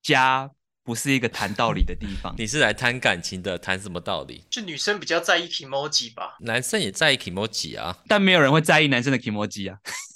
家不是一个谈道理的地方。 你是来谈感情的，谈什么道理？ 就女生比较在意 emoji 吧。 男生也在意 kimoji 啊。 但没有人会在意男生的 kimoji 啊。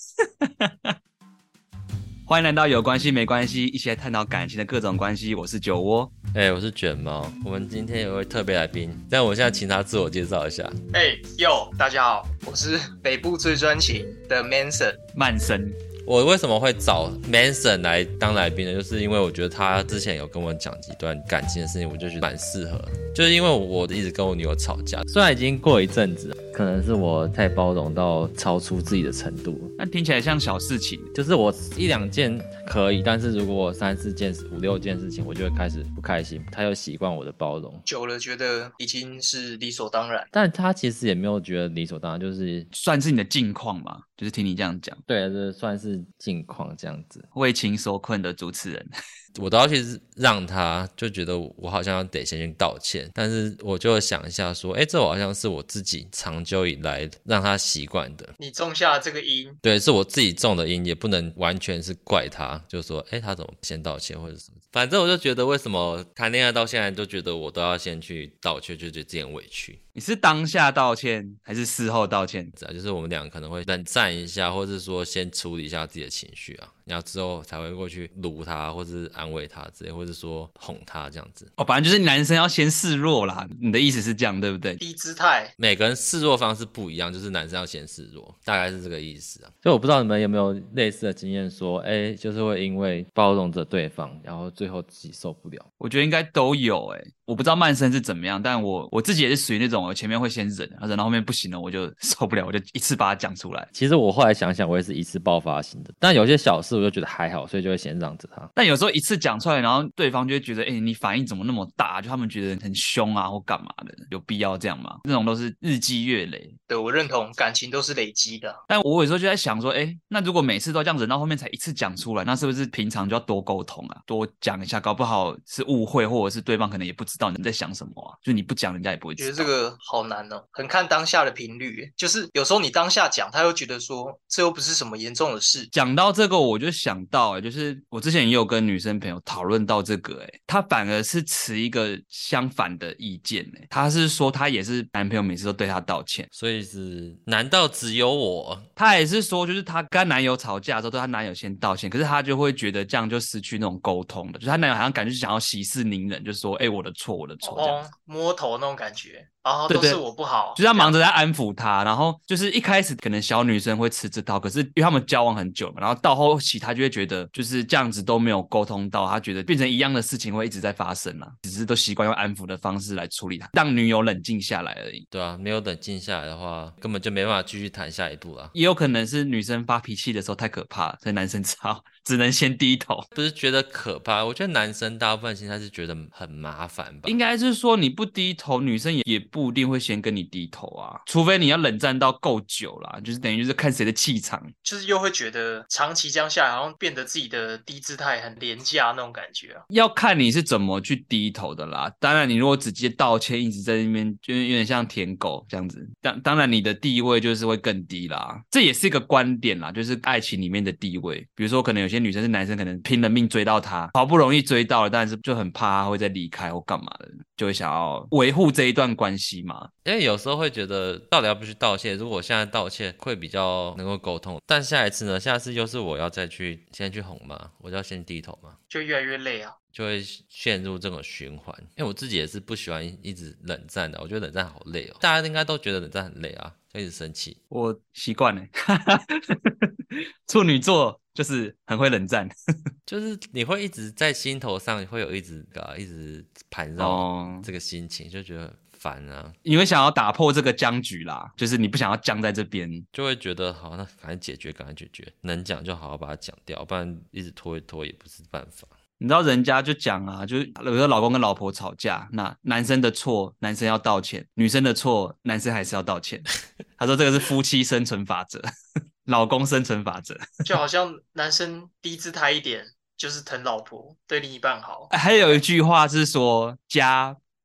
欢迎来到有关系没关系，一起来探讨感情的各种关系。我是酒窝， 我是卷毛。我们今天有位特别来宾，但我现在请他自我介绍一下。 大家好，我是北部最专情的 Manson 曼森。 我为什么会找 Manson 来当来宾呢？就是因为我觉得他之前有跟我讲几段感情的事情，我就觉得蛮适合。就是因为我一直跟我女友吵架，虽然已经过一阵子了，可能是我太包容到超出自己的程度。 那听起来像小事情， 就是我一两件可以，但是如果我3、4件、5、6件事情，我就会开始不开心。他又习惯我的包容， 久了觉得已经是理所当然。 但他其实也没有觉得理所当然，就是算是你的近况嘛，就是听你这样讲。 对，这算是近况这样子。 为情所困的主持人。 我都要去让他就觉得我好像得先去道歉，但是我就想一下说，这好像是我自己长久以来让他习惯的。 你种下这个因， 对，是我自己种的因，也不能完全是怪他，就是说，他怎么先道歉或者什么。反正我就觉得，为什么谈恋爱到现在就觉得我都要先去道歉，就觉得自己很委屈。 你是当下道歉还是事后道歉？ 就是我们俩可能会冷战一下，或是说先处理一下自己的情绪啊，然后之后才会过去撸他，或是安慰他之类，或是说哄他这样子。 反正就是男生要先示弱啦。你的意思是这样对不对？ 低姿态， 每个人示弱方式不一样，就是男生要先示弱，大概是这个意思啊。就我不知道你们有没有类似的经验说，就是会因为包容着对方，然后最后自己受不了。 我觉得应该都有我不知道曼生是怎么样，但我自己也是属于那种我前面会先忍，忍到后面不行了我就受不了，我就一次把它讲出来。 其实我后来想想，我也是一次爆发型的，但有些小事我就觉得还好，所以就会先让着他。 但有时候一次讲出来，然后对方就会觉得，你反应怎么那么大？就他们觉得很凶啊，或干嘛的，有必要这样吗？这种都是日积月累。 对，我认同，感情都是累积的。 但我有时候就在想说，那如果每次都这样忍到后面才一次讲出来，那是不是平常就要多沟通啊，多讲一下，搞不好是误会，或者是对方可能也不知道你在想什么啊？就你不讲，人家也不会知道。 觉得这个好难哦，很看当下的频率。就是有时候你当下讲，他又觉得说这又不是什么严重的事。 讲到这个，我就想到就是我之前也有跟女生朋友讨论到这个她反而是持一个相反的意见她是说她也是男朋友每次都对她道歉， 所以是难道只有我？ 她也是说就是她跟男友吵架的时候对她男友先道歉，可是她就会觉得这样就失去那种沟通的，就是她男友好像感觉是想要息事宁人，就说我的错我的错这样子。 摸头那种感觉。 对对， 都是我不好， 就是他忙着在安抚他，然后就是一开始可能小女生会吃这套，可是因为他们交往很久嘛，然后到后期他就会觉得就是这样子都没有沟通到，他觉得变成一样的事情会一直在发生啦，只是都习惯用安抚的方式来处理它，让女友冷静下来而已。 对啊，没有冷静下来的话，根本就没办法继续谈下一步啦。 也有可能是女生发脾气的时候太可怕了，所以男生只能先低头。 不是觉得可怕，我觉得男生大部分现在是觉得很麻烦吧。 应该是说你不低头，女生也不一定会先跟你低头啊，除非你要冷战到够久啦，就是等于就是看谁的气场， 就是又会觉得长期这样下来，好像变得自己的低姿态很廉价那种感觉啊。 要看你是怎么去低头的啦。当然，你如果直接道歉，一直在那边，就有点像舔狗这样子。当然，你的地位就是会更低啦。这也是一个观点啦，就是爱情里面的地位。比如说，可能有些女生是男生，可能拼了命追到她，好不容易追到了，但是就很怕她会再离开或干嘛的，就会想要维护这一段关系嘛。 因为有时候会觉得到底要不去道歉，如果我现在道歉会比较能够沟通，但下一次呢？下次又是我要先去哄嘛，我就要先低头嘛， 就越来越累啊， 就会陷入这种循环。因为我自己也是不喜欢一直冷战的，我觉得冷战好累哦。大家应该都觉得冷战很累啊，就一直生气。 我习惯了，处女座就是很会冷战， 就是你会一直在心头上会有一直盘绕这个心情，就觉得烦啊。 你会想要打破这个僵局啦，就是你不想要僵在这边， 就会觉得好，那赶紧解决，能讲就好好把它讲掉，不然一直拖一拖也不是办法。 你知道人家就讲啊，就是有时候老公跟老婆吵架，那男生的错男生要道歉，女生的错男生还是要道歉。他说这个是夫妻生存法则，老公生存法则。 就好像男生低姿态一点，就是疼老婆，对另一半好。 还有一句话是说，家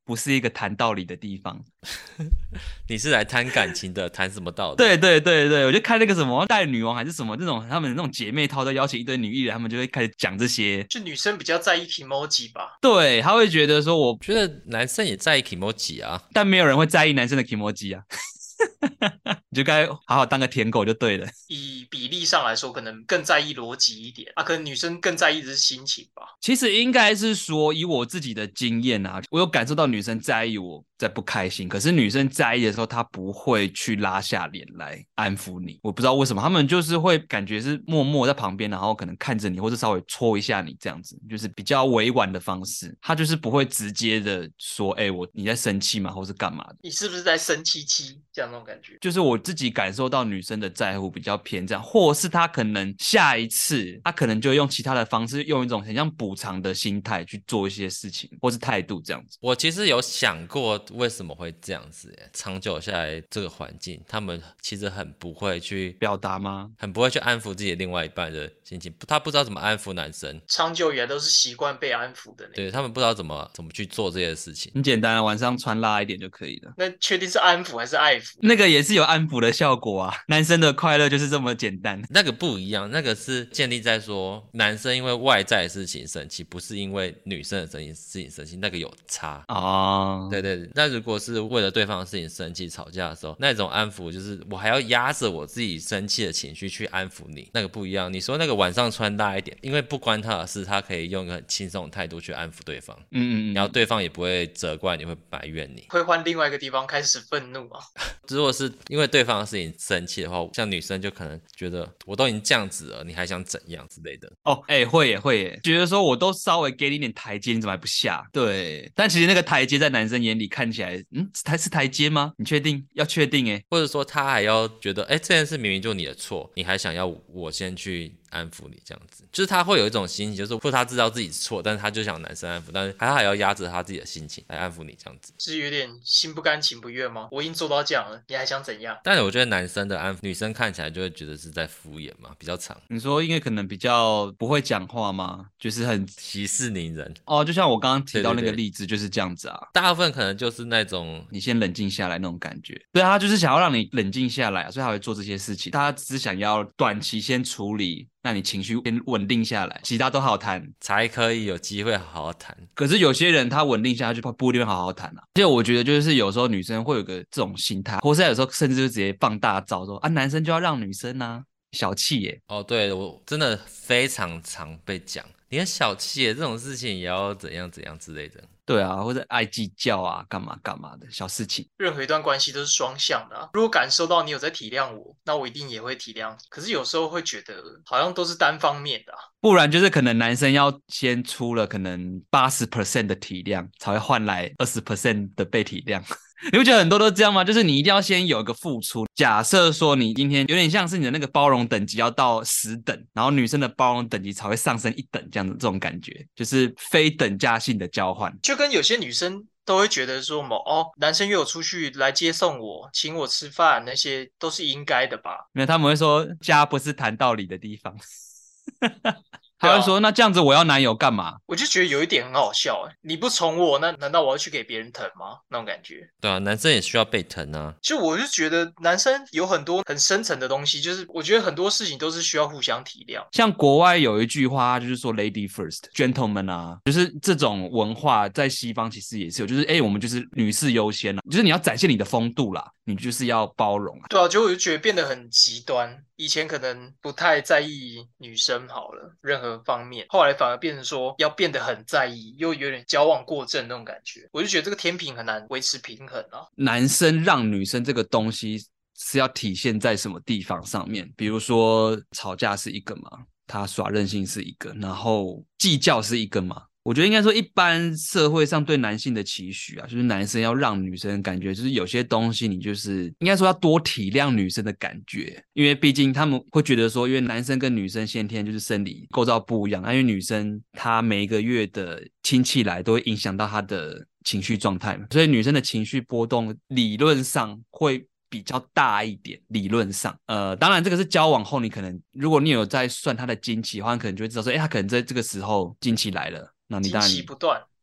不是一个谈道理的地方。 你是来谈感情的，谈什么道理？ 对对对对，我就看那个什么带女王还是什么这种，他们那种姐妹淘都邀请一堆女艺人，他们就会开始讲这些。 就女生比较在意 emoji 吧。 对，他会觉得说我， 觉得男生也在意 kimoji 啊， 但没有人会在意男生的 kimoji 啊。你就该好好当个舔狗就对了。 以比例上来说，可能更在意逻辑一点啊，可能女生更在意的是心情吧。 其实应该是说，以我自己的经验啊，我有感受到女生在意我在不开心，可是女生在意的时候，她不会去拉下脸来安抚你。我不知道为什么，他们就是会感觉是默默在旁边，然后可能看着你，或者稍微戳一下你这样子，就是比较委婉的方式。她就是不会直接的说，你在生气吗，或是干嘛的。 你是不是在生气气这样那种感觉？ 就是我自己感受到女生的在乎比较偏这样，或是她可能下一次她可能就用其他的方式，用一种很像补偿的心态去做一些事情，或是态度这样子。 我其实有想过为什么会这样子耶，长久下来这个环境，他们其实很不会去表达吗？ 很不会去安抚自己的另外一半的心情，他不知道怎么安抚男生， 长久以来都是习惯被安抚的那对他们不知道怎么去做这些事情。 很简单啊，晚上穿辣一点就可以了。 那确定是安抚还是爱抚？ 那个也是有安抚的效果啊，男生的快乐就是这么简单。 那个不一样，那个是建立在说男生因为外在的事情生气，不是因为女生的事情生气，那个有差。 哦， 对对对，那如果是为了对方的事情生气吵架的时候，那种安抚就是我还要压着我自己生气的情绪去安抚你，那个不一样。你说那个晚上穿大一点，因为不关他的事，他可以用一个很轻松的态度去安抚对方，然后对方也不会责怪你，会埋怨你， 会换另外一个地方开始愤怒啊。 如果是因为对方的事情生气的话，像女生就可能觉得我都已经这样子了，你还想怎样之类的。 哦，会耶会耶，觉得说我都稍微给你点台阶，你怎么还不下？对，但其实那个台阶在男生眼里看起来，是台阶吗？你确定？要确定耶。 或者说他还要觉得，这件事明明就你的错，你还想要我先去安抚你这样子，就是他会有一种心情，就是或他知道自己错，但是他就想男生安抚，但是他还要压着他自己的心情来安抚你这样子， 是有点心不甘情不愿吗？我已经做到这样了，你还想怎样？ 但是我觉得男生的安抚，女生看起来就会觉得是在敷衍嘛，比较长。 你说因为可能比较不会讲话吗？就是很息事宁人哦，就像我刚刚提到那对对对个例子，就是这样子啊。 大部分可能就是那种你先冷静下来那种感觉，对啊，他就是想要让你冷静下来啊，所以他会做这些事情。他只是想要短期先处理，让你情绪先稳定下来，其他都好谈。 才可以有机会好好谈。 可是有些人他稳定下来就不一定会好好谈啊。就我觉得就是有时候女生会有个这种心态，或是有时候甚至就直接放大招说啊，男生就要让女生啊，小气耶。 哦，对，我真的非常常被讲，你很小气耶，这种事情也要怎样怎样之类的。 对啊，或者爱计较啊，干嘛干嘛的小事情。 任何一段关系都是双向的啊。如果感受到你有在体谅我，那我一定也会体谅你。可是有时候会觉得好像都是单方面的啊。 不然就是可能男生要先出了可能80% 的体谅，才会换来20% 的被体谅。你不觉得很多都这样吗？就是你一定要先有一个付出。假设说你今天有点像是你的那个包容等级要到10等，然后女生的包容等级才会上升1等，这样子这种感觉，就是非等价性的交换。 就跟有些女生都会觉得说男生约我出去来接送我，请我吃饭，那些都是应该的吧？ 因为他们会说家不是谈道理的地方。他对啊， 会说那这样子我要男友干嘛？ 我就觉得有一点很好笑哎，你不宠我，那难道我要去给别人疼吗？那种感觉。 对啊，男生也需要被疼啊。 我就觉得男生有很多很深层的东西，就是我觉得很多事情都是需要互相体谅。 像国外有一句话，就是说 "lady first, gentlemen" 啊，就是这种文化在西方其实也是有，就是我们就是女士优先啊，就是你要展现你的风度啦，你就是要包容啊。 对啊，我就觉得变得很极端。以前可能不太在意女生好了，任何方面，后来反而变成说要变得很在意，又有点矫枉过正那种感觉。我就觉得这个天平很难维持平衡啊。 男生让女生这个东西是要体现在什么地方上面？比如说吵架是一个嘛，他耍任性是一个，然后计较是一个嘛。我觉得应该说，一般社会上对男性的期许啊，就是男生要让女生感觉，就是有些东西你就是应该说要多体谅女生的感觉，因为毕竟他们会觉得说，因为男生跟女生先天就是生理构造不一样，因为女生她每一个月的亲戚来都会影响到她的情绪状态嘛，所以女生的情绪波动理论上会比较大一点，理论上，当然这个是交往后，你可能如果你有在算她的经期的话，你可能就会知道说，她可能在这个时候经期来了。那你经当然期不断，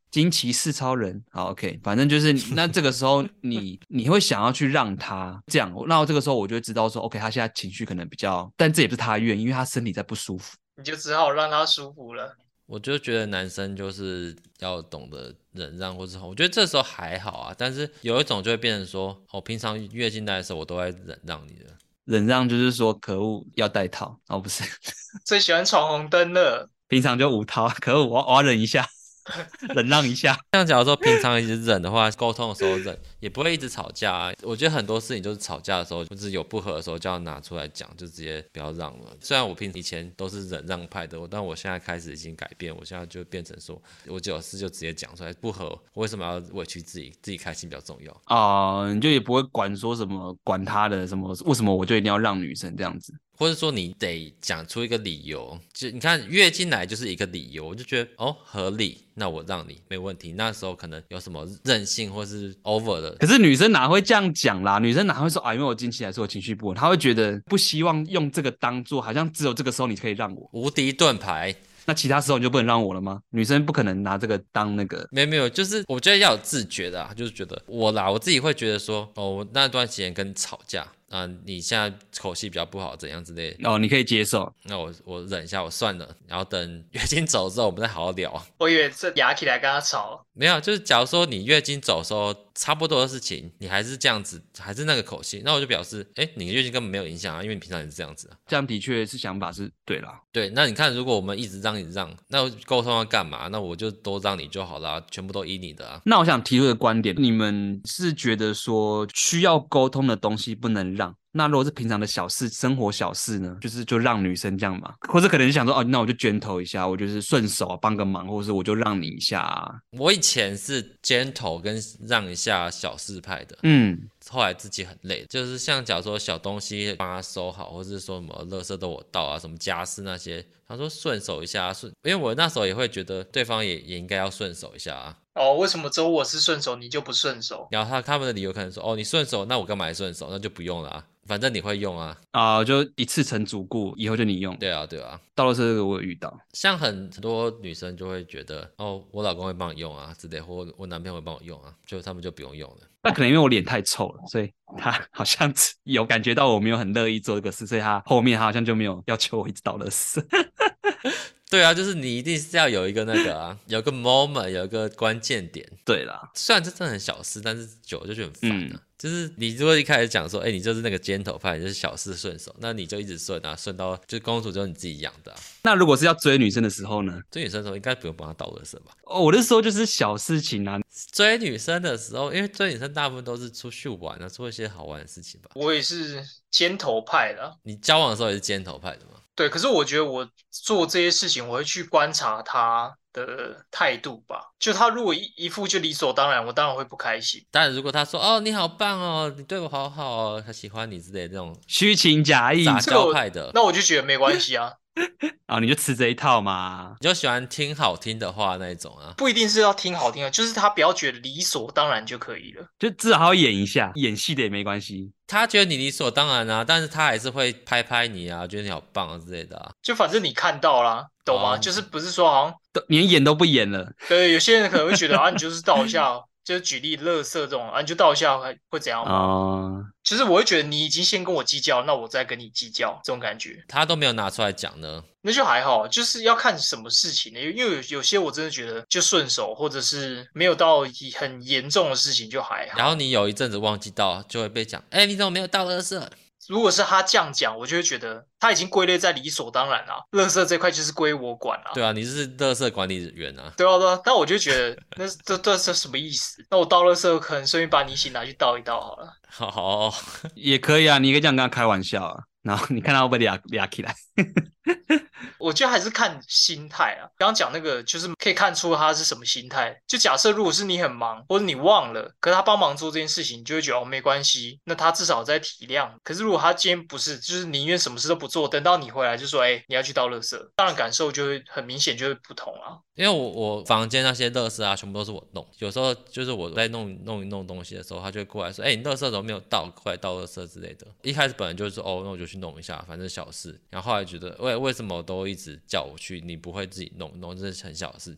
惊奇四超人，好 OK，反正就是那这个时候你会想要去让他这样，那这个时候我就会知道说 OK，他现在情绪可能比较，但这也不是他愿意，因为他身体在不舒服。 你就只好让他舒服了。 我就觉得男生就是要懂得忍让或是哄，我觉得这时候还好啊，但是有一种就会变成说，平常月经来的时候我都在忍让你的。 忍让就是说可恶要戴套哦，不是， 最喜欢闯红灯了。 平常就无套，可恶我要忍一下，忍让一下。 像假如说平常一直忍的话，沟通的时候忍，也不会一直吵架啊。我觉得很多事情就是吵架的时候，或者有不合的时候就要拿出来讲，就直接不要让了。虽然我以前都是忍让派的，但我现在开始已经改变，我现在就变成说，我有事就直接讲出来，不合我为什么要委屈自己？自己开心比较重要。 你就也不会管说什么，管他的什么，为什么我就一定要让女生这样子？ 或者说你得讲出一个理由，就你看月经来就是一个理由，我就觉得合理，那我让你没问题。那时候可能有什么任性或是 over 的， 可是女生哪会这样讲啦？女生哪会说因为我经期来，是我情绪不稳，她会觉得不希望用这个当做好像只有这个时候你可以让我无敌盾牌。 那其他时候你就不能让我了吗？女生不可能拿这个当那个。 没有，就是我觉得要有自觉的就是觉得我自己会觉得说，我那段时间跟你吵架你现在口气比较不好，怎样之类的。 你可以接受。 那我忍一下，我算了，然后等月经走之后，我们再好好聊。 我以为这牙起来跟他吵。 没有，就是假如说你月经走的时候差不多的事情，你还是这样子，还是那个口气，那我就表示，你月经根本没有影响啊，因为你平常也是这样子啊。 这样的确是想法是对啦。 对，那你看，如果我们一直让，那沟通要干嘛？那我就都让你就好啦，全部都依你的啊。 那我想提出一个观点，你们是觉得说需要沟通的东西不能让？那如果是平常的小事，生活小事呢，就让女生这样嘛，或者可能想说那我就gentle一下，我就是顺手帮个忙，或者是我就让你一下啊。 我以前是 gentle 跟让一下小事派的，后来自己很累，就是像假如说小东西帮他收好，或是说什么垃圾都我倒啊，什么家事那些，他说顺手一下因为我那时候也会觉得对方也应该要顺手一下啊。 为什么只有我是顺手，你就不顺手？ 然后他们的理由可能说，你顺手，那我干嘛还顺手？那就不用了啊，反正你会用啊。 就一次成主顾，以后就你用。 对啊。 到了这个我有遇到， 像很多女生就会觉得，我老公会帮我用啊之类，或我男朋友会帮我用啊，就他们就不用用了。 那可能因为我脸太臭了，所以他好像有感觉到我没有很乐意做这个事，所以他后面他好像就没有要求我一直倒垃圾。 对啊，就是你一定是要有一个那个有个 moment， 有一个关键点。 对啦， 虽然这真的很小事，但是久了就觉得很烦了。就是你如果一开始讲说，你就是那个尖头派，你就是小事顺手，那你就一直顺啊，顺到就公主就是你自己养的那如果是要追女生的时候呢？ 追女生的时候应该不用帮她倒垃圾吧？ 我的时候就是小事情啊。 追女生的时候，因为追女生大部分都是出去玩啊，做一些好玩的事情吧。 我也是尖头派的。 你交往的时候也是尖头派的吗？ 对，可是我觉得我做这些事情，我会去观察他的态度吧。就他如果一副就理所当然，我当然会不开心。 当然，如果他说你好棒哦，你对我好好哦，他喜欢你之类的这种虚情假意撒娇派的， 那我就觉得没关系啊。 你就吃这一套嘛。 你就喜欢听好听的话那一种啊？ 不一定是要听好听的，就是他不要觉得理所当然就可以了， 就至少要演一下，演戏的也没关系。 他觉得你理所当然啊，但是他还是会拍拍你啊，觉得你好棒啊之类的啊。 就反正你看到啦，懂吗？就是不是说好像连演都不演了。 对，有些人可能会觉得你就是倒一下。就是举例，垃圾这种你就倒一下会怎样吗？就是我会觉得你已经先跟我计较，那我再跟你计较，这种感觉。 他都没有拿出来讲呢， 那就还好，就是要看什么事情呢？因为有些我真的觉得就顺手，或者是没有到很严重的事情就还好。 然后你有一阵子忘记倒，就会被讲，你怎么没有倒垃圾？ 如果是他这样讲，我就会觉得他已经归类在理所当然啦。垃圾这块就是归我管啦。 对啊，你是垃圾管理员啊。 对啊，对啊。那我就觉得这什么意思？那我倒垃圾可能顺便把你一起拿去倒一倒好了。 好， 也可以啊，你可以这样跟他开玩笑啊。然后你看他会不会俩起来？ 我觉得还是看心态啊。刚刚讲那个，就是可以看出他是什么心态。就假设如果是你很忙，或者你忘了，可是他帮忙做这件事情，你就会觉得没关系，那他至少在体谅。可是如果他今天不是，就是宁愿什么事都不做，等到你回来就说，你要去倒垃圾，当然感受就会很明显就会不同啊。 因为我房间那些垃圾啊，全部都是我弄。有时候就是我在弄东西的时候，他就会过来说，你垃圾怎么没有倒？过来倒垃圾之类的。一开始本来就是说，那我就去弄一下，反正小事。然后后来觉得，为什么都一直叫我去，你不会自己弄，这是很小的事情。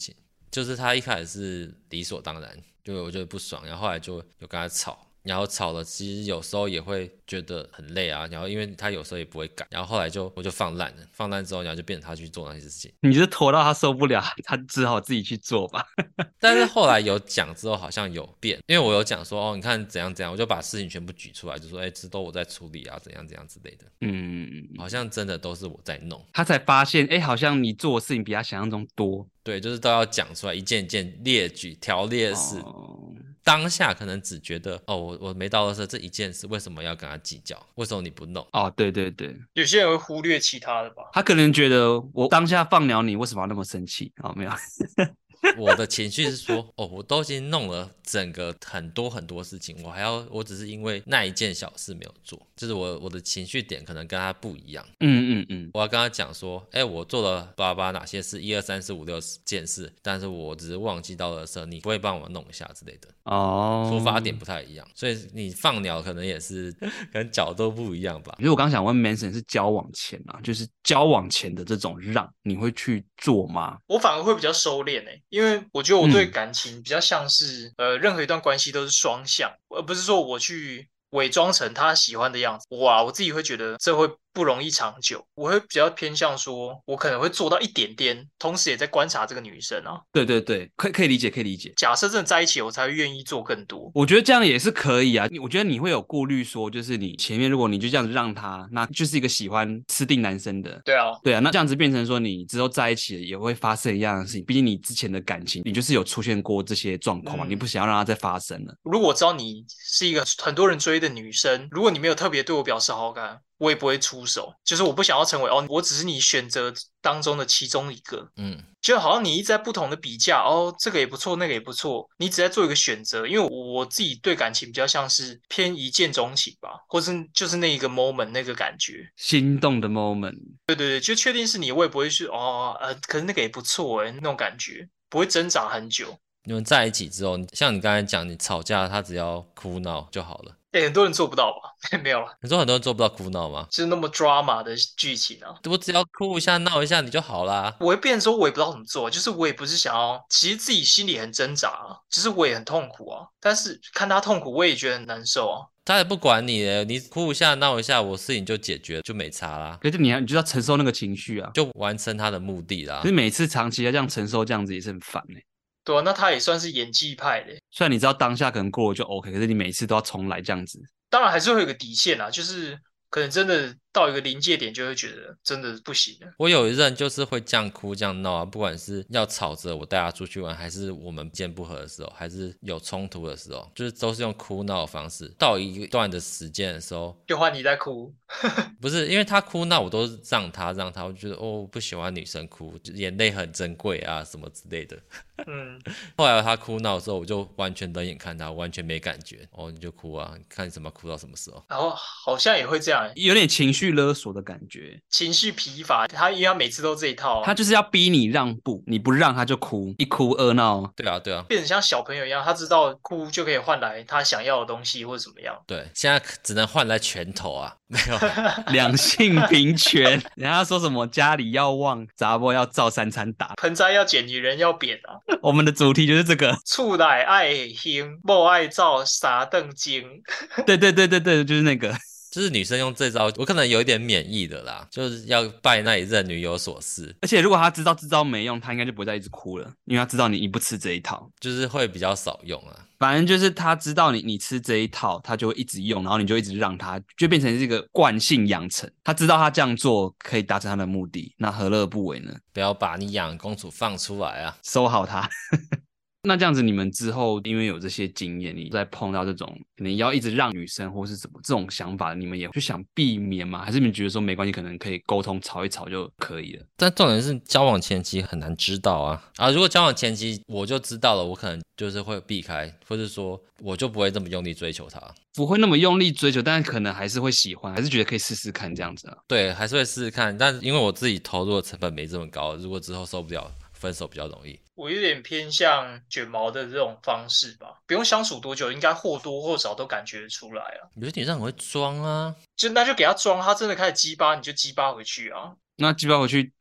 就是他一开始是理所当然，就我觉得不爽，然后后来就有跟他吵。然后吵了，其实有时候也会觉得很累啊。然后因为他有时候也不会改，然后后来我就放烂了，放烂之后，然后就变成他去做那些事情。 你就是拖到他受不了，他只好自己去做吧。 但是后来有讲之后，好像有变，因为我有讲说，哦，你看怎样怎样，我就把事情全部举出来，就说，这都我在处理啊，怎样怎样之类的。好像真的都是我在弄， 他才发现，好像你做的事情比他想象中多。 对，就是都要讲出来，一件一件列举条列式。当下可能只觉得，我没到的时候，这一件事为什么要跟他计较？为什么你不弄？ 对对对， 有些人会忽略其他的吧。 他可能觉得我当下放鸟你，为什么要那么生气？没有。 我的情绪是说，我都已经弄了整个很多很多事情，我只是因为那一件小事没有做，就是我的情绪点可能跟他不一样。我要跟他讲说，我做了巴拉哪些事，1、2、3、4、5、6件事，但是我只是忘记到了时候，你不会帮我弄一下之类的。出发点不太一样，所以你放鸟可能也是跟角度不一样吧。 因为我刚想问 Manson 是交往前啊，就是交往前的这种让，你会去做吗？ 我反而会比较收敛因为我觉得我对感情比较像是任何一段关系都是双向，而不是说我去伪装成他喜欢的样子。我自己会觉得这会不容易长久，我会比较偏向说，我可能会做到一点点，同时也在观察这个女生啊。 对对对，可以理解，可以理解。 假设真的在一起，我才会愿意做更多。 我觉得这样也是可以啊。我觉得你会有顾虑说，就是你前面如果你就这样子让他，那就是一个喜欢吃定男生的。 对啊， 对啊，那这样子变成说你之后在一起也会发生一样的事情。毕竟你之前的感情，你就是有出现过这些状况嘛，你不想要让它再发生了。 如果我知道你是一个很多人追的女生，如果你没有特别对我表示好感，我也不会出手，就是我不想要成为我只是你选择当中的其中一个。就好像你一直在不同的比价，这个也不错，那个也不错，你只在做一个选择。因为我自己对感情比较像是偏一见钟情吧，或是就是那一个 moment 那个感觉， 心动的 moment。 对对对，就确定是你，我也不会去可是那个也不错那种感觉不会挣扎很久。 你们在一起之后，像你刚才讲，你吵架他只要哭闹就好了。 很多人做不到吧？没有了。 你说很多人做不到哭闹吗？ 就是那么 drama 的剧情啊， 我只要哭一下、闹一下你就好啦。 我会变说，我也不知道怎么做，就是我也不是想要，其实自己心里很挣扎啊，就是我也很痛苦啊，但是看他痛苦，我也觉得很难受啊。 他也不管你耶，你哭一下、闹一下，我事情就解决，就没差啦。 可是你就要承受那个情绪啊， 就完成他的目的啦。 可是每次长期要这样承受，这样子也是很烦对啊，那他也算是演技派的。 虽然你知道当下可能过了就 OK， 可是你每次都要重来这样子。 当然还是会有个底线啊，就是可能真的到一个临界点，就会觉得真的不行了。 我有一任就是会这样哭这样闹啊，不管是要吵着我带他出去玩，还是我们意见不合的时候，还是有冲突的时候，就是都是用哭闹的方式。到一段的时间的时候， 就换你在哭。 不是因为他哭闹，我都是让他，我就觉得我不喜欢女生哭，眼泪很珍贵啊什么之类的。后来他哭闹的时候，我就完全冷眼看他，完全没感觉。你就哭啊，看你怎么哭到什么时候。 然后好像也会这样， 有点情绪勒索的感觉， 情绪疲乏。因为他每次都这一套他就是要逼你让步，你不让他就哭，一哭二闹。 对啊， 变成像小朋友一样，他知道哭就可以换来他想要的东西或者怎么样。 对，现在只能换来拳头啊，没有两性平权。人家说什么家里要旺，杂波要照三餐打， 盆栽要剪，女人要扁啊。 我们的主题就是这个， 厝内爱兴，某爱照三顿经。 对对对对对，就是那个。 就是女生用这招，我可能有一点免疫的啦，就是要拜那一任女友所赐。 而且如果他知道这招没用，他应该就不会再一直哭了，因为他知道你不吃这一套， 就是会比较少用啊。 反正就是他知道你吃这一套，他就会一直用，然后你就一直让他，就变成这个惯性养成。他知道他这样做可以达成他的目的，那何乐不为呢？ 不要把你养公主放出来啊， 收好他。那这样子，你们之后因为有这些经验，你再碰到这种可能要一直让女生或是怎么这种想法，你们也就想避免吗？还是你们觉得说没关系，可能可以沟通吵一吵就可以了？ 但重点是交往前期很难知道啊！如果交往前期我就知道了，我可能就是会避开，或者说我就不会这么用力追求他， 不会那么用力追求，但是可能还是会喜欢，还是觉得可以试试看这样子啊？ 对，还是会试试看，但因为我自己投入的成本没这么高，如果之后受不了，分手比较容易。 我有点偏向卷毛的这种方式吧，不用相处多久，应该或多或少都感觉得出来啊。 有点让很会装啊， 那就给他装，他真的开始鸡巴，你就鸡巴回去啊。 那鸡巴回去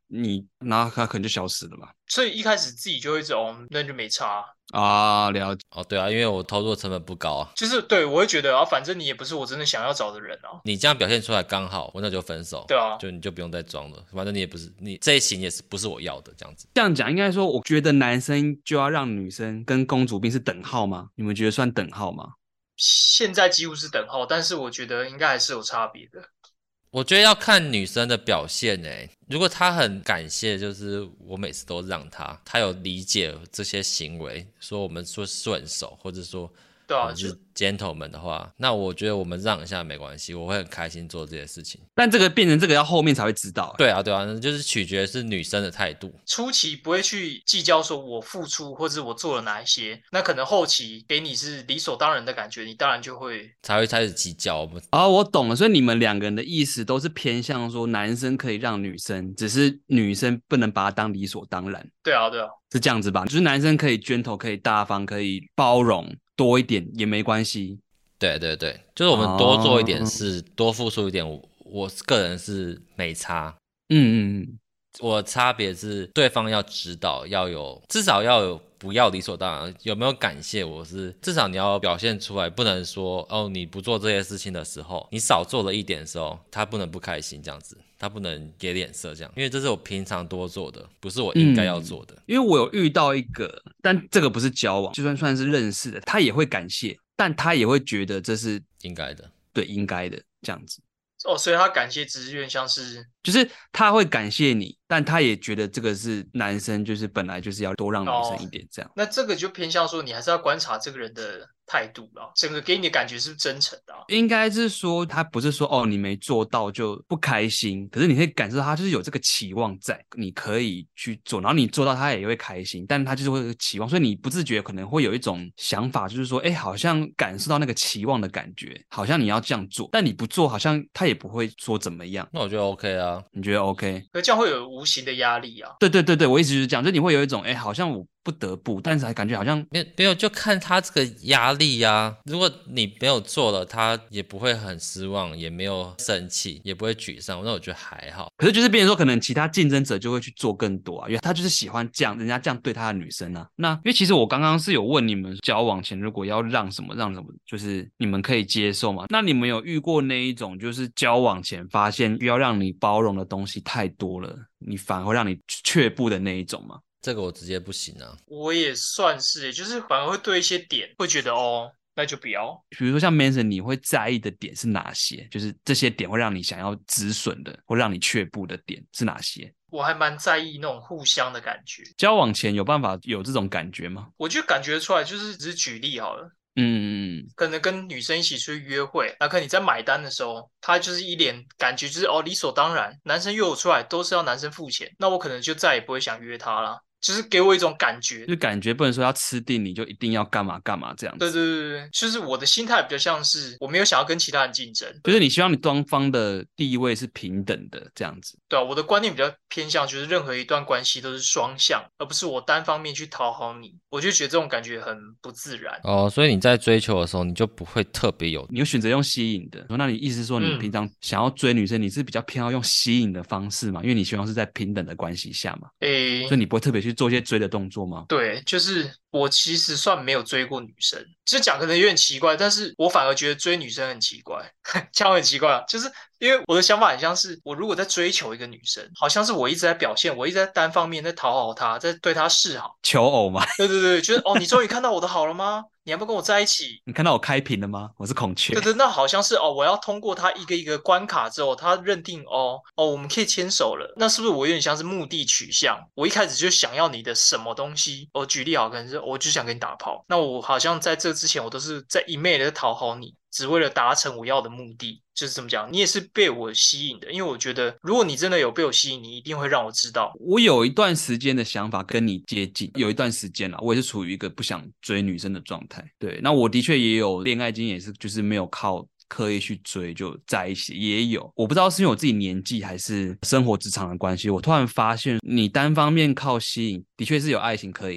然后他可能就消失了嘛。 所以一开始自己就会那就没差了解。 哦，对啊，因为我投入的成本不高啊。 就是对我会觉得反正你也不是我真的想要找的人啊。 你这样表现出来刚好，我那就分手。 对啊， 就你就不用再装了，反正你也不是你这一型也是不是我要的这样子。 这样讲应该说，我觉得男生就要让女生跟公主病是等号吗？你们觉得算等号吗？ 现在几乎是等号，但是我觉得应该还是有差别的。 我觉得要看女生的表现欸，如果她很感谢，就是我每次都让她，她有理解这些行为，说我们说顺手，或者说对啊， 我们是 gentleman 的话，那我觉得我们让一下没关系，我会很开心做这些事情。 但这个变成这个要后面才会知道。 对啊，对啊，那就是取决是女生的态度。 初期不会去计较说我付出或者我做了哪一些，那可能后期给你是理所当然的感觉，你当然就会才会开始计较。 我懂了，所以你们两个人的意思都是偏向说男生可以让女生，只是女生不能把它当理所当然。 对啊，对啊， 是这样子吧？就是男生可以gentle，可以大方，可以包容多一点也没关系。 对对对，就是我们多做一点事，多付出一点，我个人是没差。我差别是对方要知道，至少要有，不要理所当然，有没有感谢我是至少你要表现出来，不能说你不做这些事情的时候，你少做了一点的时候，他不能不开心这样子，他不能给脸色这样，因为这是我平常多做的，不是我应该要做的。 因为我有遇到一个，但这个不是交往，就算是认识的，他也会感谢，但他也会觉得这是应该的， 对，应该的这样子。 所以他感谢只是有点像是， 就是他会感谢你，但他也觉得这个是男生，就是本来就是要多让女生一点这样。 那这个就偏向说你还是要观察这个人的态度啦，整个给你的感觉是不是真诚的应该是说他不是说你没做到就不开心，可是你可以感受到他就是有这个期望在，你可以去做，然后你做到他也会开心，但他就是会有个期望，所以你不自觉可能会有一种想法，就是说好像感受到那个期望的感觉，好像你要这样做，但你不做好像他也不会说怎么样。 那我觉得 OK 啊。 你觉得 OK？ 可这样会有无形的压力啊。 对对对对，我意思就是这样，就你会有一种好像我不得不，但是还感觉好像没有，就看他这个压力啊。如果你没有做了，他也不会很失望，也没有生气，也不会沮丧，那我觉得还好。 可是就是变成说，可能其他竞争者就会去做更多啊，因为他就是喜欢这样，人家这样对他的女生啊。那因为其实我刚刚是有问你们交往前如果要让什么，就是你们可以接受嘛？那你们有遇过那一种，就是交往前发现要让你包容的东西太多了，你反而会让你却步的那一种吗？ 这个我直接不行啊。 我也算是，就是反而会对一些点会觉得那就不要。 比如说像 Manson， 你会在意的点是哪些？就是这些点会让你想要止损的，或让你却步的点是哪些？ 我还蛮在意那种互相的感觉。 交往前有办法有这种感觉吗？ 我就感觉出来，就是只是举例好了。可能跟女生一起出去约会，可能你在买单的时候，他就是一脸感觉就是理所当然，男生约我出来都是要男生付钱，那我可能就再也不会想约他了。就是给我一种感觉， 就感觉不能说要吃定你就一定要干嘛干嘛这样子。 对对对对，就是我的心态比较像是我没有想要跟其他人竞争， 就是你希望你双方的地位是平等的这样子。 对啊，我的观念比较偏向就是任何一段关系都是双向，而不是我单方面去讨好你，我就觉得这种感觉很不自然。 所以你在追求的时候，你就不会特别有， 你有选择用吸引的。那你意思是说，你平常想要追女生，你是比较偏要用吸引的方式嘛？因为你希望是在平等的关系下嘛。所以你不会特别去做一些追的动作吗？ 对，就是我其实算没有追过女生，这讲可能有点奇怪，但是我反而觉得追女生很奇怪，这样很奇怪啊，就是因为我的想法很像是，我如果在追求一个女生，好像是我一直在表现，我一直在单方面在讨好她，在对她示好， 求偶嘛。 对对对，就是你终于看到我的好了吗？你要不要跟我在一起？ 你看到我开屏了吗？我是孔雀。 对对，那好像是我要通过他一个一个关卡之后，他认定我们可以牵手了。那是不是我有点像是目的取向？我一开始就想要你的什么东西？我举例好，可能是我就想跟你打炮。那我好像在这之前，我都是在一昧的讨好你，只为了达成我要的目的。就是这么讲，你也是被我吸引的，因为我觉得，如果你真的有被我吸引，你一定会让我知道。 我有一段时间的想法跟你接近，有一段时间啦，我也是处于一个不想追女生的状态。对，那我的确也有恋爱经验，也是就是没有靠刻意去追就在一起，也有。我不知道是因为我自己年纪还是生活职场的关系，我突然发现你单方面靠吸引，的确是有爱情可以。那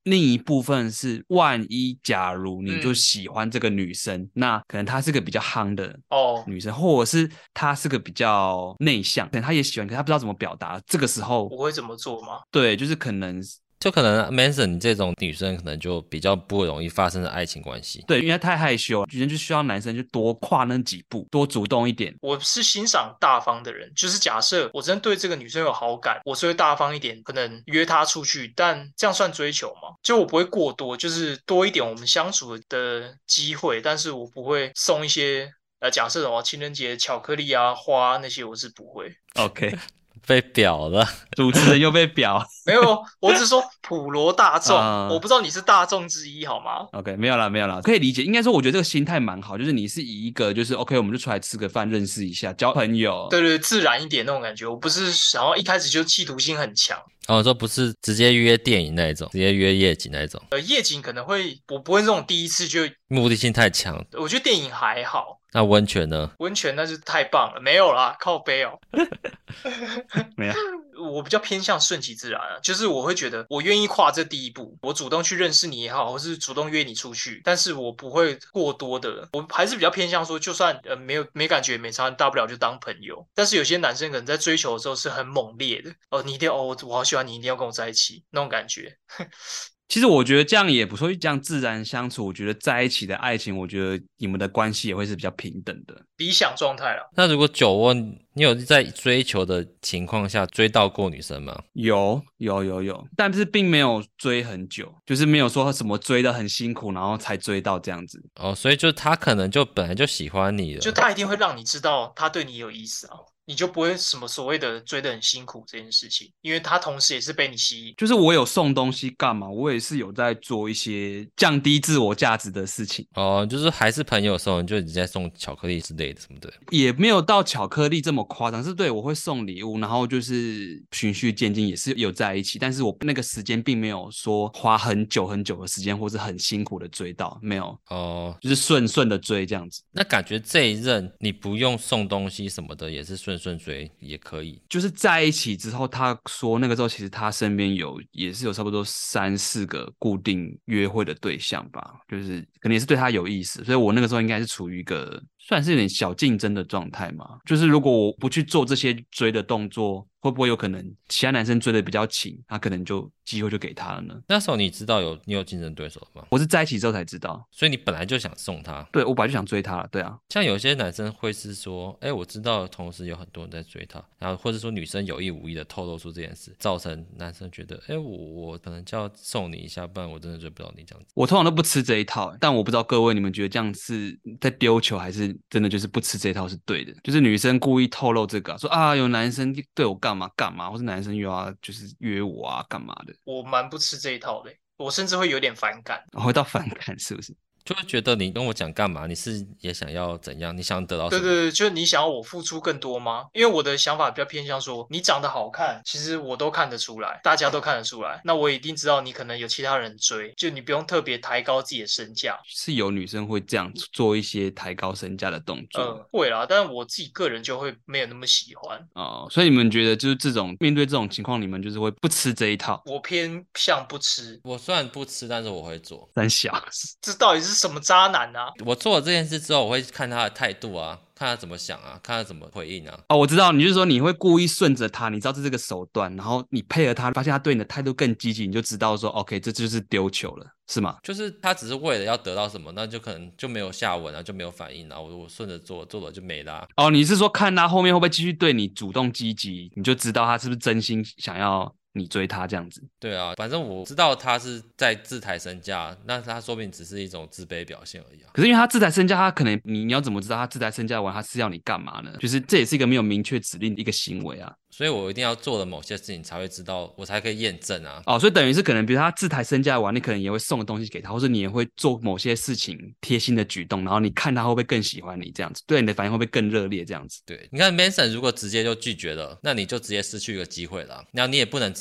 另一部分是万一假如你就嗯喜欢这个女生，那可能她是个比较夯的哦， 女生，或者是她是个比较内向，可能她也喜欢，可是她不知道怎么表达。这个时候， 我会怎么做吗？ 对，就是可能就可能 Manson 你这种女生可能就比较不容易发生爱情关系。 对，因为她太害羞，女生就需要男生就多跨那几步，多主动一点。 我是欣赏大方的人，就是假设我真的对这个女生有好感，我是会大方一点，可能约她出去，但这样算追求吗？就我不会过多，就是多一点我们相处的机会，但是我不会送一些假设什么情人节巧克力啊、花那些，我是不会。 OK， 被表了。 主持人又被表没有，我只是说普罗大众，我啊、 不知道你是大众之一好吗？ OK，没有啦，没有啦，可以理解。应该说，我觉得这个心态蛮好，就是你是以一个就是 OK，我们就出来吃个饭，认识一下，交朋友。 对对，自然一点那种感觉，我不是想要一开始就企图心很强。 哦，说不是直接约电影那一种，直接约夜景那一种， 夜景可能会，我不会这种第一次就， 目的性太强。 我觉得电影还好， 那温泉呢？ 温泉那是太棒了，没有啦，靠背哦。 没有， 我比较偏向顺其自然啊，就是我会觉得我愿意跨这第一步，我主动去认识你也好，或是主动约你出去，但是我不会过多的，我还是比较偏向说，就算没感觉没差，大不了就当朋友。但是有些男生可能在追求的时候是很猛烈的，哦，你一定要哦，我好喜欢你，一定要跟我在一起那种感觉。 其实我觉得这样也不错，这样自然相处，我觉得在一起的爱情，我觉得你们的关系也会是比较平等的。 理想状态啦。 那如果酒窝，你有在追求的情况下追到过女生吗？ 有，但是并没有追很久，就是没有说什么追的很辛苦，然后才追到这样子。 哦，所以就他可能就本来就喜欢你了。 就他一定会让你知道他对你有意思啊，你就不会什么所谓的追得很辛苦这件事情，因为他同时也是被你吸引。 就是我有送东西干嘛，我也是有在做一些降低自我价值的事情， 哦，就是还是朋友的时候，你就直接送巧克力之类的什么的。 也没有到巧克力这么夸张，是对我会送礼物，然后就是循序渐进，也是有在一起，但是我那个时间并没有说花很久很久的时间，或是很辛苦的追到，没有， 哦， 就是顺顺的追这样子。 那感觉这一任你不用送东西什么的，也是顺顺追也可以。 就是在一起之后，他说那个时候其实他身边也是有差不多3、4个固定约会的对象吧，就是可能也是对他有意思，所以我那个时候应该是处于一个算是有点小竞争的状态嘛。就是如果我不去做这些追的动作，会不会有可能其他男生追的比较勤，他可能就机会就给他了呢？ 那时候你知道你有竞争对手了吗？ 我是在一起之后才知道， 所以你本来就想送他。 对我本来就想追他了，对啊， 像有些男生会是说，哎，我知道同时有很多人在追他，然后或者说女生有意无意的透露出这件事，造成男生觉得，哎，我可能就要送你一下，不然我真的追不到你这样子。 我通常都不吃这一套，但我不知道各位你们觉得这样是在丢球，还是真的就是不吃这一套是对的？就是女生故意透露这个说啊有男生对我干嘛干嘛，或是男生又要就是约我啊干嘛的， 我蛮不吃这一套的，我甚至会有点反感。 会到反感是不是？ 就会觉得你跟我讲干嘛？你是也想要怎样？你想得到什么？ 对对对，就是你想要我付出更多吗？因为我的想法比较偏向说，你长得好看，其实我都看得出来，大家都看得出来。那我一定知道你可能有其他人追，就你不用特别抬高自己的身价。 是有女生会这样做一些抬高身价的动作。 会啦，但是我自己个人就会没有那么喜欢。 哦，所以你们觉得就是这种面对这种情况，你们就是会不吃这一套？ 我偏向不吃， 我虽然不吃，但是我会做。 三小， 这到底是什么渣男啊？ 我做了这件事之后，我会看他的态度啊，看他怎么想啊，看他怎么回应啊。 哦，我知道，你就是说你会故意顺着他，你知道这是个手段，然后你配合他，发现他对你的态度更积极，你就知道说，OK，这就是丢球了，是吗？ 就是他只是为了要得到什么，那就可能就没有下文啊，就没有反应啊。我顺着做，做了就没啦、 哦，你是说看他后面会不会继续对你主动积极，你就知道他是不是真心想要你追他这样子？ 对啊，反正我知道他是在自抬身价，那他说不定只是一种自卑表现而已啊。 可是因为他自抬身价，他可能你要怎么知道他自抬身价完他是要你干嘛呢？就是这也是一个没有明确指令的一个行为啊。 所以我一定要做了某些事情才会知道，我才可以验证啊。 哦，所以等于是可能，比如他自抬身价完，你可能也会送个东西给他，或者你也会做某些事情贴心的举动，然后你看他会不会更喜欢你这样子，对你的反应会不会更热烈这样子？ 对，你看 Manson 如果直接就拒绝了，那你就直接失去一个机会了啊。然后你也不能知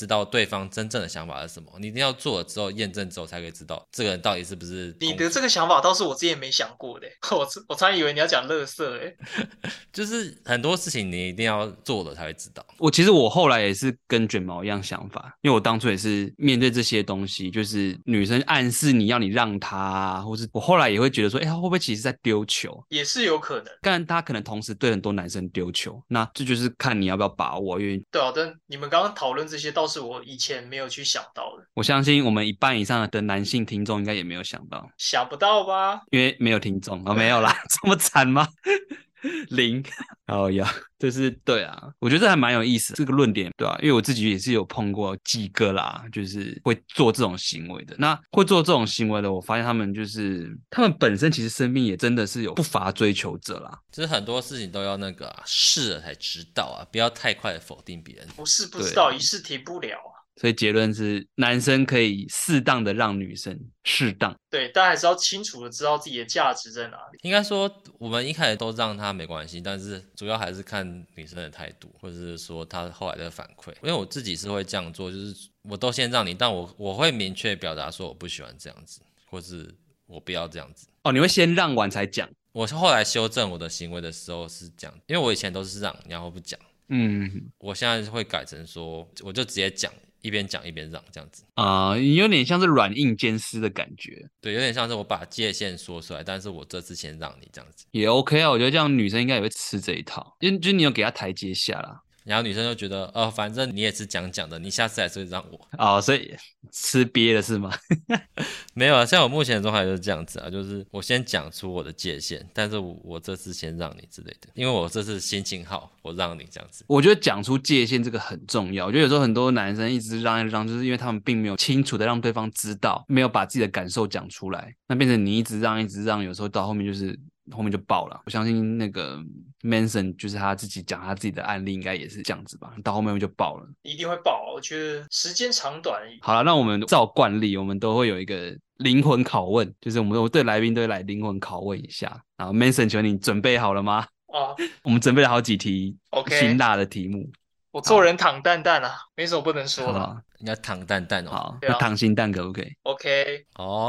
知道对方真正的想法是什么，你一定要做了之后验证之后才可以知道这个人到底是不是你的这个想法倒是我之前没想过的，我差点以为你要讲垃圾就是很多事情你一定要做了才会知道。 其实我后来也是跟卷毛一样想法，因为我当初也是面对这些东西，就是女生暗示你要你让她啊，或是我后来也会觉得说，她会不会其实在丢球？ 也是有可能。 但她可能同时对很多男生丢球，那这就是看你要不要把握。因为对啊，但你们刚刚讨论这些，倒是我以前没有去想到的。 我相信我们一半以上的男性听众应该也没有想到， 想不到吧？ 因为没有听众啊，没有啦，这么惨吗？零，哦呀，就是对啊，我觉得这还蛮有意思的这个论点，对啊，因为我自己也是有碰过几个啦，就是会做这种行为的。那会做这种行为的，我发现他们本身其实生命也真的是有不乏追求者啦。 就是很多事情都要那个试了才知道啊，不要太快的否定别人。 不是不知道，一试停不了啊。 所以结论是，男生可以适当的让女生适当。 对，但还是要清楚的知道自己的价值在哪里。 应该说，我们一开始都让他没关系，但是主要还是看女生的态度，或者是说她后来的反馈。因为我自己是会这样做，就是我都先让你，但我会明确表达说我不喜欢这样子，或是我不要这样子。 哦，你会先让完才讲？ 我后来修正我的行为的时候是这样，因为我以前都是让，然后不讲。我现在会改成说，我就直接讲。一边讲一边让这样子有点像是软硬兼施的感觉。 对，有点像是我把界限说出来，但是我这次先让你这样子也 OK 啊，我觉得这样女生应该也会吃这一套，因为就是你有给她台阶下啦。 然后女生就觉得反正你也是讲的，你下次还是会让我所以吃瘪了是吗？ 没有啊，像我目前的状态就是这样子啊，就是我先讲出我的界限，但是我这次先让你之类的，因为我这次心情好，我让你这样子。 我觉得讲出界限这个很重要，我觉得有时候很多男生一直让，就是因为他们并没有清楚的让对方知道，没有把自己的感受讲出来，那变成你一直让，有时候到后面就爆了。我相信那个 Manson 就是他自己讲他自己的案例，应该也是这样子吧，到后面就爆了， 一定会爆。我觉得时间长短而已。 好了，那我们照惯例，我们都会有一个灵魂拷问，就是我们对来宾都会来灵魂拷问一下。然后 Manson， 请问你准备好了吗？我们准备了好几题辛辣的题目。 我做人躺蛋蛋啊，没什么不能说的。 应该躺蛋蛋好，那溏心蛋可不可以 ？OK。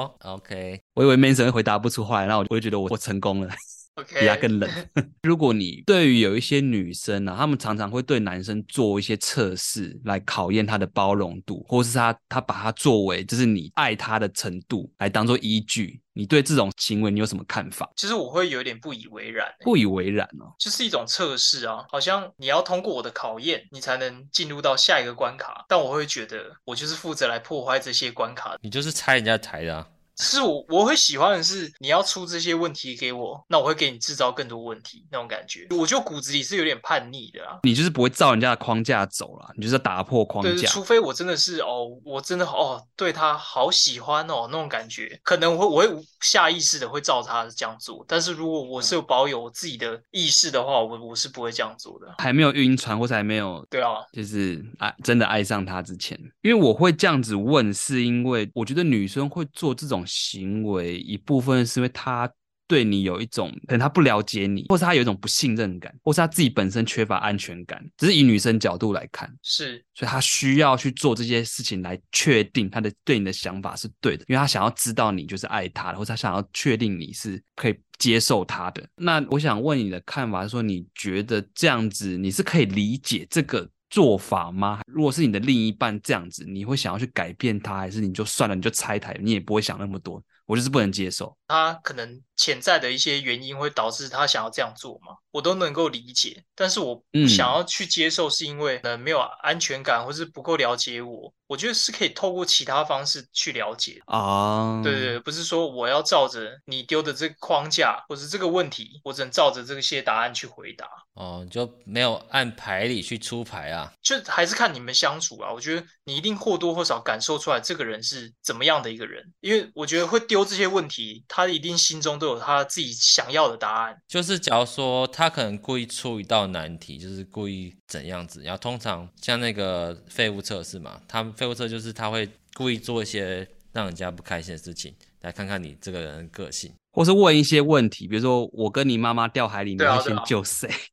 OK。 我以为 Manson 会回答不出话来，那我就觉得我成功了。 OK。 比他更冷。如果你对于有一些女生啊，她们常常会对男生做一些测试来考验他的包容度，或是他把它作为就是你爱他的程度来当做依据，你对这种行为你有什么看法？ 其实我会有点不以为然。 不以为然哦， 就是一种测试啊，好像你要通过我的考验，你才能进入到下一个关卡。但我会觉得我就是负责来破坏这些关卡， 你就是拆人家台的啊。 是我会喜欢的是你要出这些问题给我，那我会给你制造更多问题那种感觉。我就骨子里是有点叛逆的啦。 你就是不会照人家的框架走啦，你就是要打破框架。 对，除非我真的是我真的对他好喜欢那种感觉，可能我会下意识的会照他这样做。但是如果我是有保有我自己的意识的话，我是不会这样做的。 还没有晕船或者还没有对啊， 就是真的爱上他之前，因为我会这样子问，是因为我觉得女生会做这种行为，一部分是因为她对你有一种可能她不了解你，或是她有一种不信任感，或是她自己本身缺乏安全感，只是以女生角度来看， 是， 所以她需要去做这些事情来确定她的对你的想法是对的，因为她想要知道你就是爱她的，或者她想要确定你是可以接受她的。那我想问你的看法是说，你觉得这样子你是可以理解这个做法吗？如果是你的另一半这样子，你会想要去改变他，还是你就算了，你就拆台，你也不会想那么多？我就是不能接受他可能潜在的一些原因会导致他想要这样做嘛，我都能够理解。但是我不想要去接受，是因为没有安全感，或是不够了解我。我觉得是可以透过其他方式去了解啊。 对对，不是说我要照着你丢的这个框架或者这个问题，我只能照着这些答案去回答。 就没有按牌理去出牌啊， 就还是看你们相处啊。我觉得你一定或多或少感受出来这个人是怎么样的一个人，因为我觉得会丢这些问题，他一定心中都有他自己想要的答案。 就是假如说他可能故意出一道难题，就是故意怎样子，然后通常像那个废物测试嘛，他们废物测就是他会故意做一些让人家不开心的事情，来看看你这个人的个性， 或是问一些问题，比如说我跟你妈妈掉海里面， 对啊会先救谁？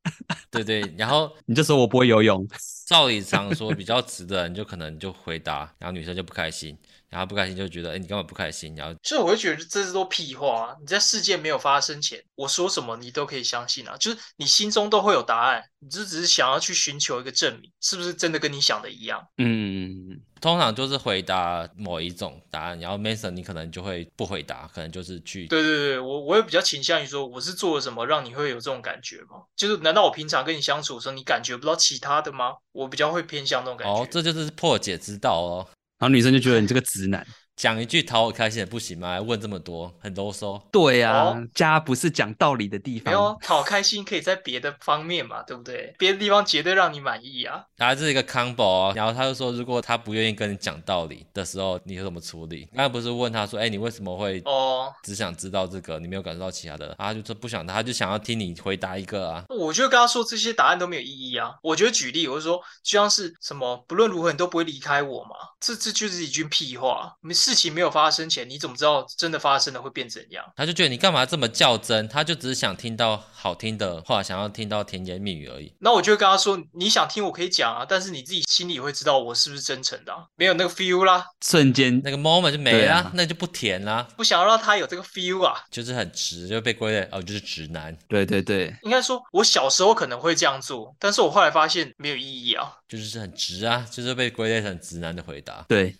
对对，然后你就说我不会游泳。 照理常说比较直的人就可能就回答，然后女生就不开心，然后不开心就觉得，哎，你根本不开心，然后所以我会觉得这是都屁话啊！你在事件没有发生前，我说什么你都可以相信啊，就是你心中都会有答案，你就只是想要去寻求一个证明，是不是真的跟你想的一样？ 嗯， 通常就是回答某一种答案，然后 Mason 你可能就会不回答，可能就是去对对对，我也比较倾向于说，我是做了什么让你会有这种感觉吗？就是难道我平常跟你相处的时候，你感觉不到其他的吗？我比较会偏向那种感哦， 觉。 这就是破解之道哦。 然后女生就觉得你这个直男。 讲一句讨我开心的不行吗？还问这么多，很啰嗦。 对啊， 哦， 家不是讲道理的地方。 没有啊，讨开心可以在别的方面嘛，对不对？别的地方绝对让你满意啊。 它是一个 combo 哦，然后他就说，如果他不愿意跟你讲道理的时候，你会怎么处理？刚才不是问他说，哎，你为什么会哦， 只想知道这个，你没有感受到其他的？他就说不想，他就想要听你回答一个啊。 我就跟他说这些答案都没有意义啊。我觉得举例，我就说就像是什么，不论如何你都不会离开我嘛，这就是一句屁话。事情没有发生前，你怎么知道真的发生了会变怎样？ 他就觉得你干嘛这么较真？他就只是想听到好听的话，想要听到甜言蜜语而已。 那我就会跟他说，你想听我可以讲啊，但是你自己心里会知道我是不是真诚的啊，没有那个 feel 啦， 瞬间那个 moment 就没啦， 对啊那就不甜啦， 不想要让他有这个 feel 啊。 就是很直，就被归类哦，就是直男， 对对对， 应该说，我小时候可能会这样做，但是我后来发现没有意义啊。 就是很直啊，就是被归类成直男的回答。 对，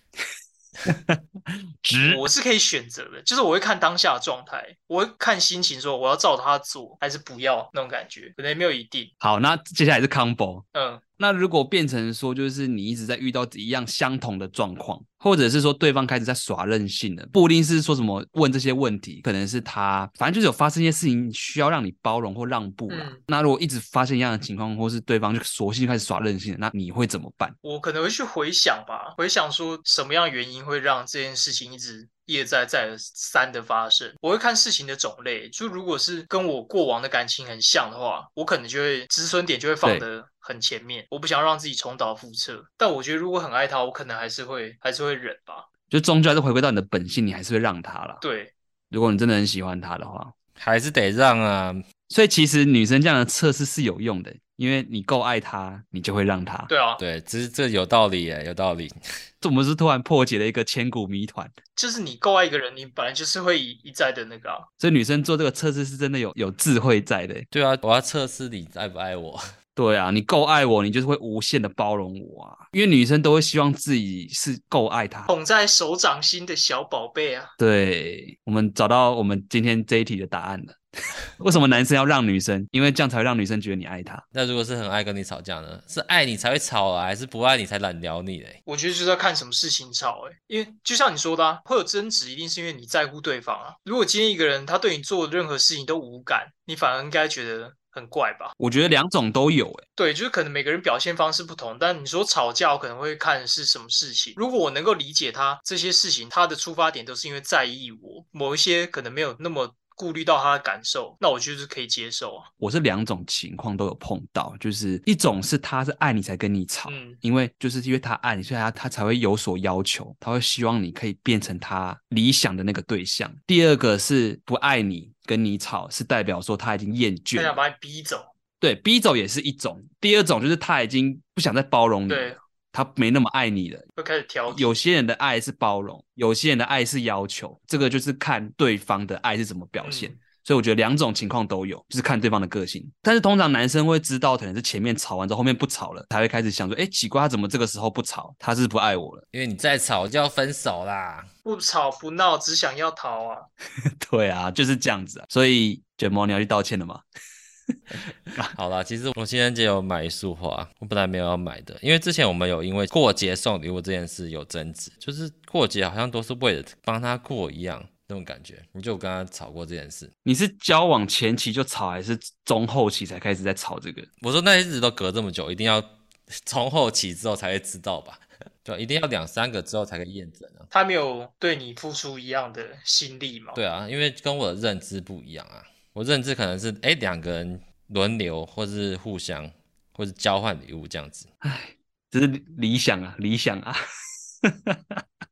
直。 我是可以选择的，就是我会看当下的状态，我会看心情，说我要照他做还是不要那种感觉，可能也没有一定。 好，那接下来是 combo。 嗯， 那如果变成说，就是你一直在遇到一样相同的状况，或者是说对方开始在耍任性了，不一定是说什么问这些问题，可能是他反正就是有发生一些事情需要让你包容或让步啦。那如果一直发现一样的情况，或是对方就索性开始耍任性了，那你会怎么办？ 我可能会去回想吧，回想说什么样的原因会让这件事情一直一而再再而三的发生。我会看事情的种类，就如果是跟我过往的感情很像的话，我可能就会止损点就会放得很前面，我不想让自己重蹈覆辙。但我觉得如果很爱他，我可能还是会忍吧。 就终究还是回归到你的本性，你还是会让他啦。 对， 如果你真的很喜欢他的话， 还是得让啊。 所以其实女生这样的测试是有用的，因为你够爱他，你就会让他。 对啊， 对，只是这有道理耶，有道理。 这我们是突然破解了一个千古谜团， 就是你够爱一个人，你本来就是会一再的那个啊。 所以女生做这个测试是真的有智慧在的。 对啊，我要测试你爱不爱我。 对啊，你够爱我，你就是会无限的包容我啊，因为女生都会希望自己是够爱他。 捧在手掌心的小宝贝啊。 对，我们找到我们今天这一题的答案了。为什么男生要让女生？因为这样才会让女生觉得你爱她。 那如果是很爱跟你吵架呢？是爱你才会吵啊，还是不爱你才懒聊你嘞？ 我觉得就是要看什么事情吵，因为就像你说的啊，会有争执，一定是因为你在乎对方啊。如果今天一个人他对你做的任何事情都无感，你反而应该觉得很怪吧？ 我觉得两种都有， 对，就是可能每个人表现方式不同，但你说吵架，我可能会看是什么事情。如果我能够理解他这些事情，他的出发点都是因为在意我，某一些可能没有那么顾虑到他的感受，那我就是可以接受啊。 我是两种情况都有碰到，就是一种是他是爱你才跟你吵，因为他爱你，所以他才会有所要求，他会希望你可以变成他理想的那个对象。第二个是不爱你跟你吵，是代表说他已经厌倦了， 他想把你逼走。 对，逼走也是一种。第二种就是他已经不想再包容你了， 对， 他没那么爱你了。 会开始挑剔。 有些人的爱是包容，有些人的爱是要求，这个就是看对方的爱是怎么表现。所以我觉得两种情况都有，就是看对方的个性。但是通常男生会知道，可能是前面吵完之后，后面不吵了，才会开始想说，哎，奇怪，他怎么这个时候不吵？他是不爱我了？ 因为你再吵就要分手啦。 不吵不闹，只想要逃啊！ 对啊，就是这样子啊。所以卷毛，你要去道歉了吗？ 好啦，其实我情人节有买一束花，我本来没有要买的，因为之前我们有因为过节送礼物这件事有争执，就是过节好像都是为了帮他过一样那种感觉，我就跟他吵过这件事。 你是交往前期就吵，还是中后期才开始在吵这个？ 我说那些日子都隔这么久，一定要从后期之后才会知道吧？对，一定要2、3个之后才可以验证啊。 他没有对你付出一样的心力吗？ 对啊，因为跟我的认知不一样啊，我认知可能是2个人轮流，或是互相，或是交换礼物这样子。 唉，这是理想啊，理想啊。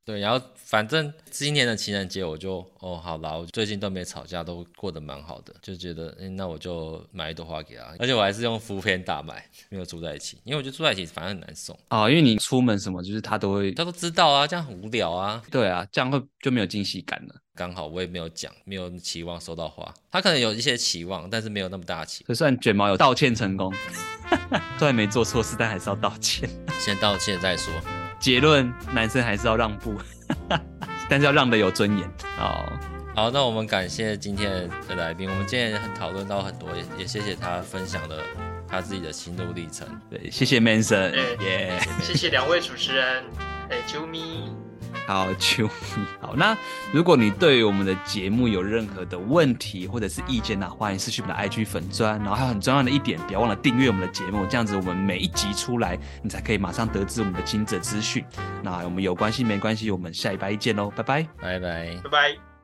对，然后反正今年的情人节我就好啦，我最近都没吵架，都过得蛮好的，就觉得那我就买一朵花给他，而且我还是用foodpanda买，没有住在一起，因为我觉得住在一起反正很难送。 因为你出门什么就是他都会， 他都知道啊，这样很无聊啊。 对啊，这样就没有惊喜感了。 刚好我也没有讲，没有期望收到花，他可能有一些期望，但是没有那么大的期望。 可算卷毛有道歉成功，虽然没做错事，但还是要道歉。 先道歉再说。 结论：男生还是要让步，但是要让的有尊严。 好，那我们感谢今天的来宾，我们今天讨论到很多，也谢谢他分享了他自己的心路历程。 对，谢谢 Manson， 谢谢2位主持人，啾咪。 好，啾咪。好，那如果你对于我们的节目有任何的问题或者是意见欢迎私讯我们的 IG 粉专，然后还有很重要的一点，不要忘了订阅我们的节目，这样子我们每一集出来，你才可以马上得知我们的精准资讯。那我们有关系没关系，我们下礼拜一见喽，拜拜， 拜拜， 拜拜。